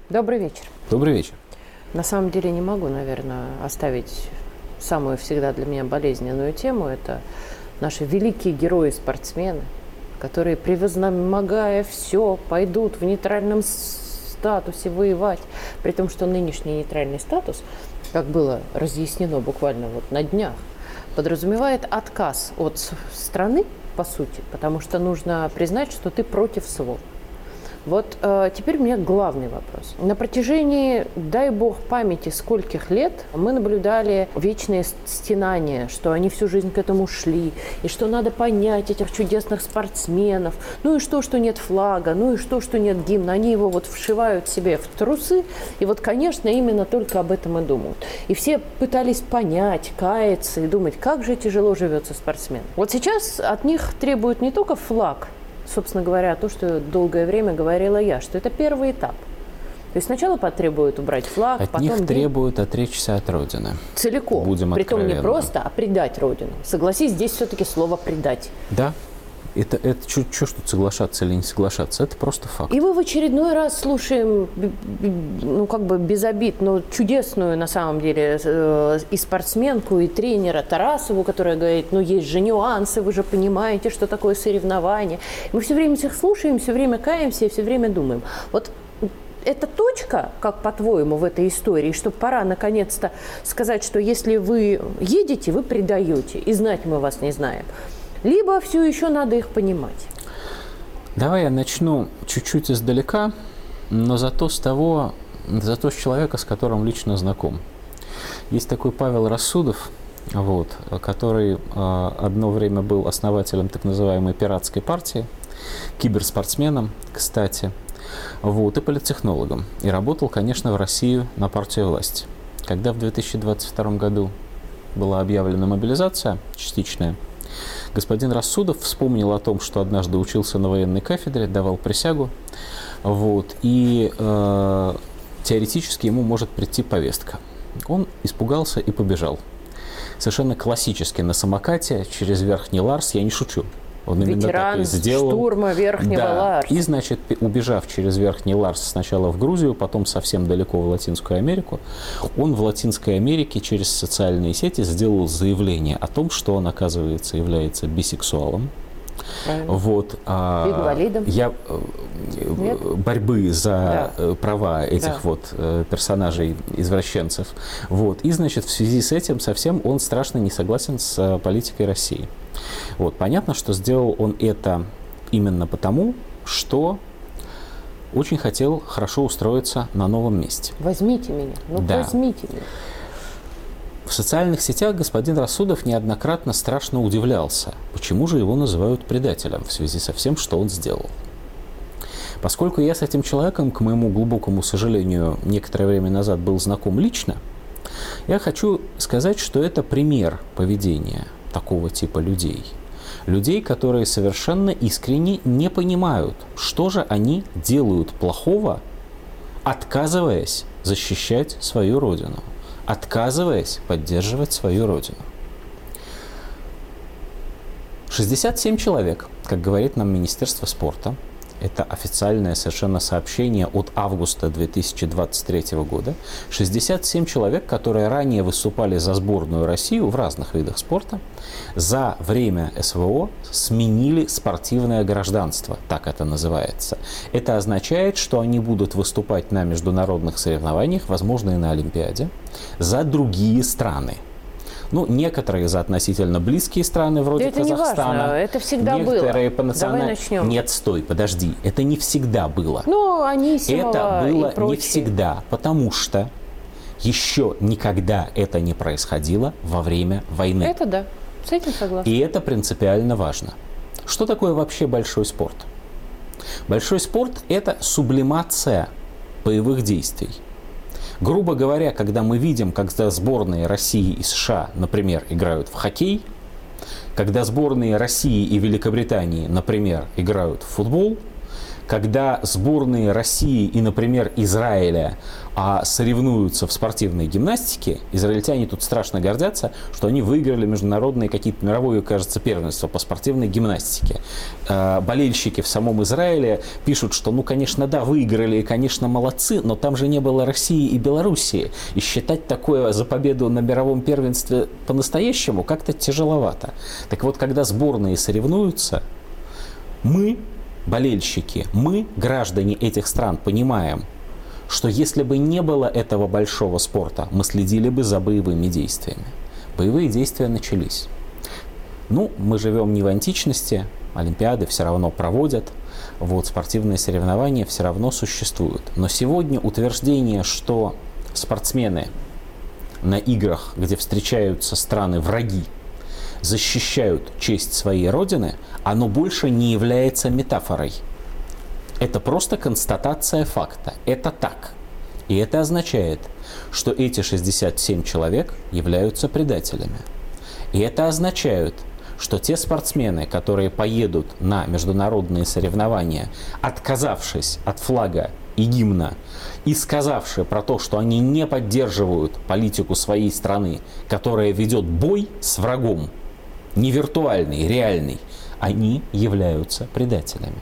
Добрый вечер. Добрый вечер. На самом деле не могу, наверное, оставить самую всегда для меня болезненную тему. Это наши великие герои-спортсмены, которые, превознемогая все, пойдут в нейтральном статусе воевать. При том, что нынешний нейтральный статус, как было разъяснено буквально вот на днях, подразумевает отказ от страны, по сути, потому что нужно признать, что ты против СВО. Вот теперь у меня главный вопрос. На протяжении, дай бог памяти, скольких лет мы наблюдали вечные стенания, что они всю жизнь к этому шли, и что надо понять этих чудесных спортсменов, ну и что нет флага, ну и что нет гимна. Они его вот вшивают себе в трусы, и вот, конечно, именно только об этом и думают. И все пытались понять, каяться и думать, как же тяжело живется спортсмену. Вот сейчас от них требуют не только флаг, собственно говоря, то, что долгое время говорила я, что это первый этап. То есть сначала потребуют убрать флаг, от потом... них требуют отречься от Родины. Целиком. Будем Притом откровенны. не просто, а предать Родину. Согласись, здесь все-таки слово «предать». Да. Это что ж тут соглашаться или не соглашаться? Это просто факт. И мы в очередной раз слушаем, ну, как бы без обид, но чудесную, на самом деле, и спортсменку, и тренера Тарасову, которая говорит, ну, есть же нюансы, вы же понимаете, что такое соревнование. Мы все время их слушаем, все время каемся и все время думаем. Вот эта точка, как по-твоему, в этой истории, что пора наконец-то сказать, что если вы едете, вы предаете, и знать мы вас не знаем. Либо все еще надо их понимать. Давай я начну чуть-чуть издалека, но зато с человека, с которым лично знаком. Есть такой Павел Рассудов, который одно время был основателем так называемой пиратской партии, киберспортсменом, кстати, и политтехнологом. И работал, конечно, в Россию на партию власти. Когда в 2022 году была объявлена мобилизация частичная, господин Рассудов вспомнил о том, что однажды учился на военной кафедре, давал присягу, и теоретически ему может прийти повестка. Он испугался и побежал. Совершенно классически на самокате через Верхний Ларс, я не шучу. Он именно так и сделал. Штурма Верхнего Ларса. И, значит, убежав через Верхний Ларс сначала в Грузию, потом совсем далеко в Латинскую Америку, он в Латинской Америке через социальные сети сделал заявление о том, что он, оказывается, является бисексуалом. Инвалидом. Борьбы за права этих персонажей, извращенцев. И, значит, в связи с этим совсем он страшно не согласен с политикой России. Понятно, что сделал он это именно потому, что очень хотел хорошо устроиться на новом месте. Возьмите меня, возьмите меня. В социальных сетях господин Рассудов неоднократно страшно удивлялся, почему же его называют предателем в связи со всем, что он сделал. Поскольку я с этим человеком, к моему глубокому сожалению, некоторое время назад был знаком лично, я хочу сказать, что это пример поведения такого типа людей. Людей, которые совершенно искренне не понимают, что же они делают плохого, отказываясь защищать свою родину, отказываясь поддерживать свою родину. 67 человек, как говорит нам Министерство спорта, это официальное совершенно сообщение от августа 2023 года, 67 человек, которые ранее выступали за сборную Россию в разных видах спорта, за время СВО сменили спортивное гражданство, так это называется. Это означает, что они будут выступать на международных соревнованиях, возможно, и на Олимпиаде, за другие страны. Некоторые за относительно близкие страны, вроде Казахстана. Это не важно, это всегда некоторые было. По национальной... Давай начнем. Нет, стой, подожди. Это не всегда было. Анисимова это было и прочие. Не всегда, потому что еще никогда это не происходило во время войны. Это да, с этим согласна. И это принципиально важно. Что такое вообще большой спорт? Большой спорт – это сублимация боевых действий. Грубо говоря, когда мы видим, когда сборные России и США, например, играют в хоккей, когда сборные России и Великобритании, например, играют в футбол, когда сборные России и, например, Израиля соревнуются в спортивной гимнастике, израильтяне тут страшно гордятся, что они выиграли международные какие-то мировое, кажется, первенство по спортивной гимнастике. Болельщики в самом Израиле пишут, что, ну, конечно, да, выиграли, и, конечно, молодцы, но там же не было России и Белоруссии. И считать такое за победу на мировом первенстве по-настоящему как-то тяжеловато. Так вот, когда сборные соревнуются, мы, болельщики, мы, граждане этих стран, понимаем, что если бы не было этого большого спорта, мы следили бы за боевыми действиями. Боевые действия начались. Ну, мы живем не в античности, олимпиады все равно проводят, вот, спортивные соревнования все равно существуют. Но сегодня утверждение, что спортсмены на играх, где встречаются страны-враги, защищают честь своей родины, оно больше не является метафорой. Это просто констатация факта. Это так. И это означает, что эти 67 человек являются предателями. И это означает, что те спортсмены, которые поедут на международные соревнования, отказавшись от флага и гимна, и сказавшие про то, что они не поддерживают политику своей страны, которая ведет бой с врагом, не виртуальный, реальный, они являются предателями.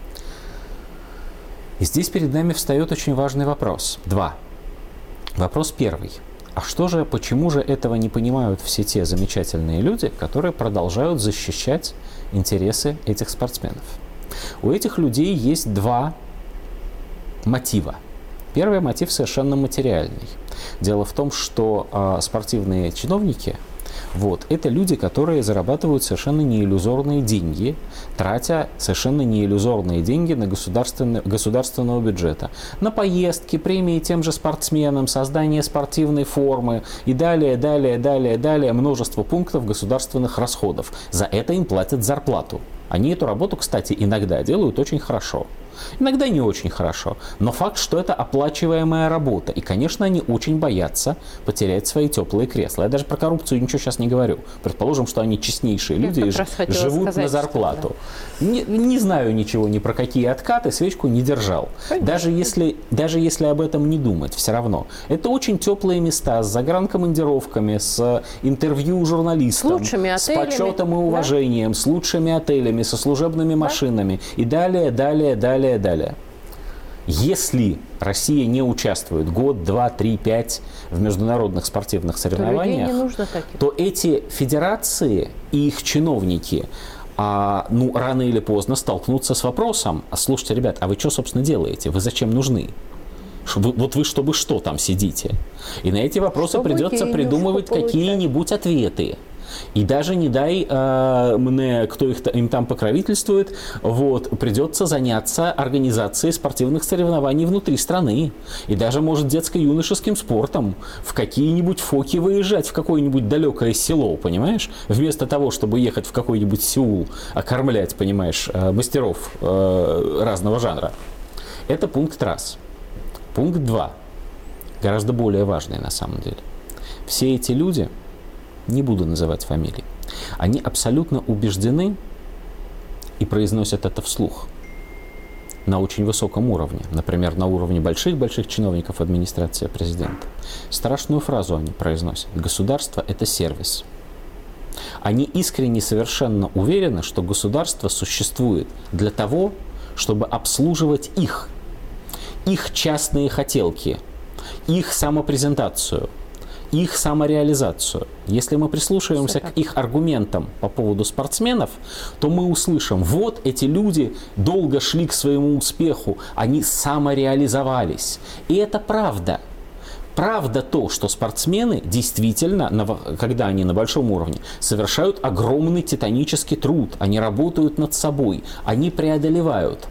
И здесь перед нами встает очень важный вопрос. Два. Вопрос первый. А что же, почему же этого не понимают все те замечательные люди, которые продолжают защищать интересы этих спортсменов? У этих людей есть два мотива. Первый мотив совершенно материальный. Дело в том, что спортивные чиновники, вот, это люди, которые зарабатывают совершенно неиллюзорные деньги, тратя совершенно неиллюзорные деньги на государственного бюджета. На поездки, премии тем же спортсменам, создание спортивной формы и далее, множество пунктов государственных расходов. За это им платят зарплату. Они эту работу, кстати, иногда делают очень хорошо. Иногда не очень хорошо, но факт, что это оплачиваемая работа. И, конечно, они очень боятся потерять свои теплые кресла. Я даже про коррупцию ничего сейчас не говорю. Предположим, что они честнейшие люди и живут на зарплату. Не знаю ничего ни про какие откаты, свечку не держал. Даже если об этом не думать, все равно. Это очень теплые места с загранкомандировками, с интервью журналистам, с почетом и уважением, с лучшими отелями, со служебными машинами и далее. Если Россия не участвует год, 2, 3, 5 в международных спортивных соревнованиях, то эти федерации и их чиновники рано или поздно столкнутся с вопросом: а слушайте, ребят, а вы что, собственно, делаете? Вы зачем нужны? Вот вы чтобы что там сидите? И на эти вопросы придется придумывать какие-нибудь ответы. И даже не дай мне, кто им там покровительствует, вот, придется заняться организацией спортивных соревнований внутри страны. И даже, может, детско-юношеским спортом в какие-нибудь фоки выезжать в какое-нибудь далекое село, понимаешь? Вместо того, чтобы ехать в какой-нибудь Сеул, окормлять, понимаешь, мастеров разного жанра. Это пункт раз. Пункт два. Гораздо более важный на самом деле. Все эти люди, не буду называть фамилии, они абсолютно убеждены и произносят это вслух на очень высоком уровне, например, на уровне больших-больших чиновников администрации президента. Страшную фразу они произносят: государство – это сервис. Они искренне совершенно уверены, что государство существует для того, чтобы обслуживать их частные хотелки, их самопрезентацию, их самореализацию. Если мы прислушиваемся к их аргументам по поводу спортсменов, то мы услышим: вот эти люди долго шли к своему успеху, они самореализовались. И это правда. Правда то, что спортсмены действительно, когда они на большом уровне, совершают огромный титанический труд, они работают над собой, они преодолевают.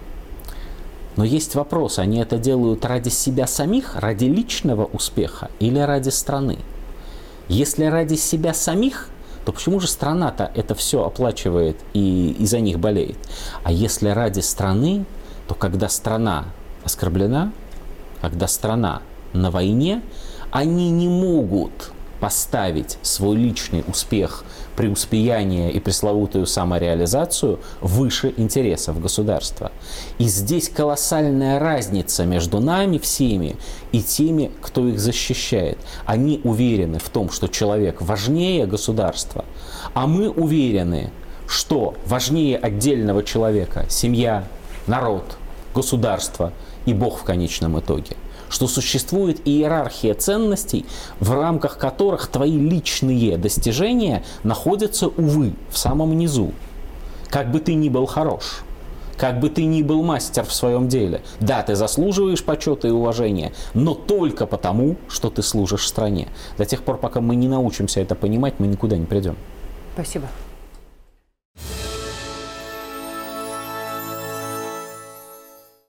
Но есть вопрос: они это делают ради себя самих, ради личного успеха или ради страны? Если ради себя самих, то почему же страна-то это все оплачивает и за них болеет? А если ради страны, то когда страна оскорблена, когда страна на войне, они не могут поставить свой личный успех, преуспеяние и пресловутую самореализацию выше интересов государства. И здесь колоссальная разница между нами всеми и теми, кто их защищает. Они уверены в том, что человек важнее государства, а мы уверены, что важнее отдельного человека семья, народ, государство и Бог в конечном итоге. Что существует иерархия ценностей, в рамках которых твои личные достижения находятся, увы, в самом низу. Как бы ты ни был хорош, как бы ты ни был мастер в своем деле, да, ты заслуживаешь почета и уважения, но только потому, что ты служишь стране. До тех пор, пока мы не научимся это понимать, мы никуда не придем. Спасибо.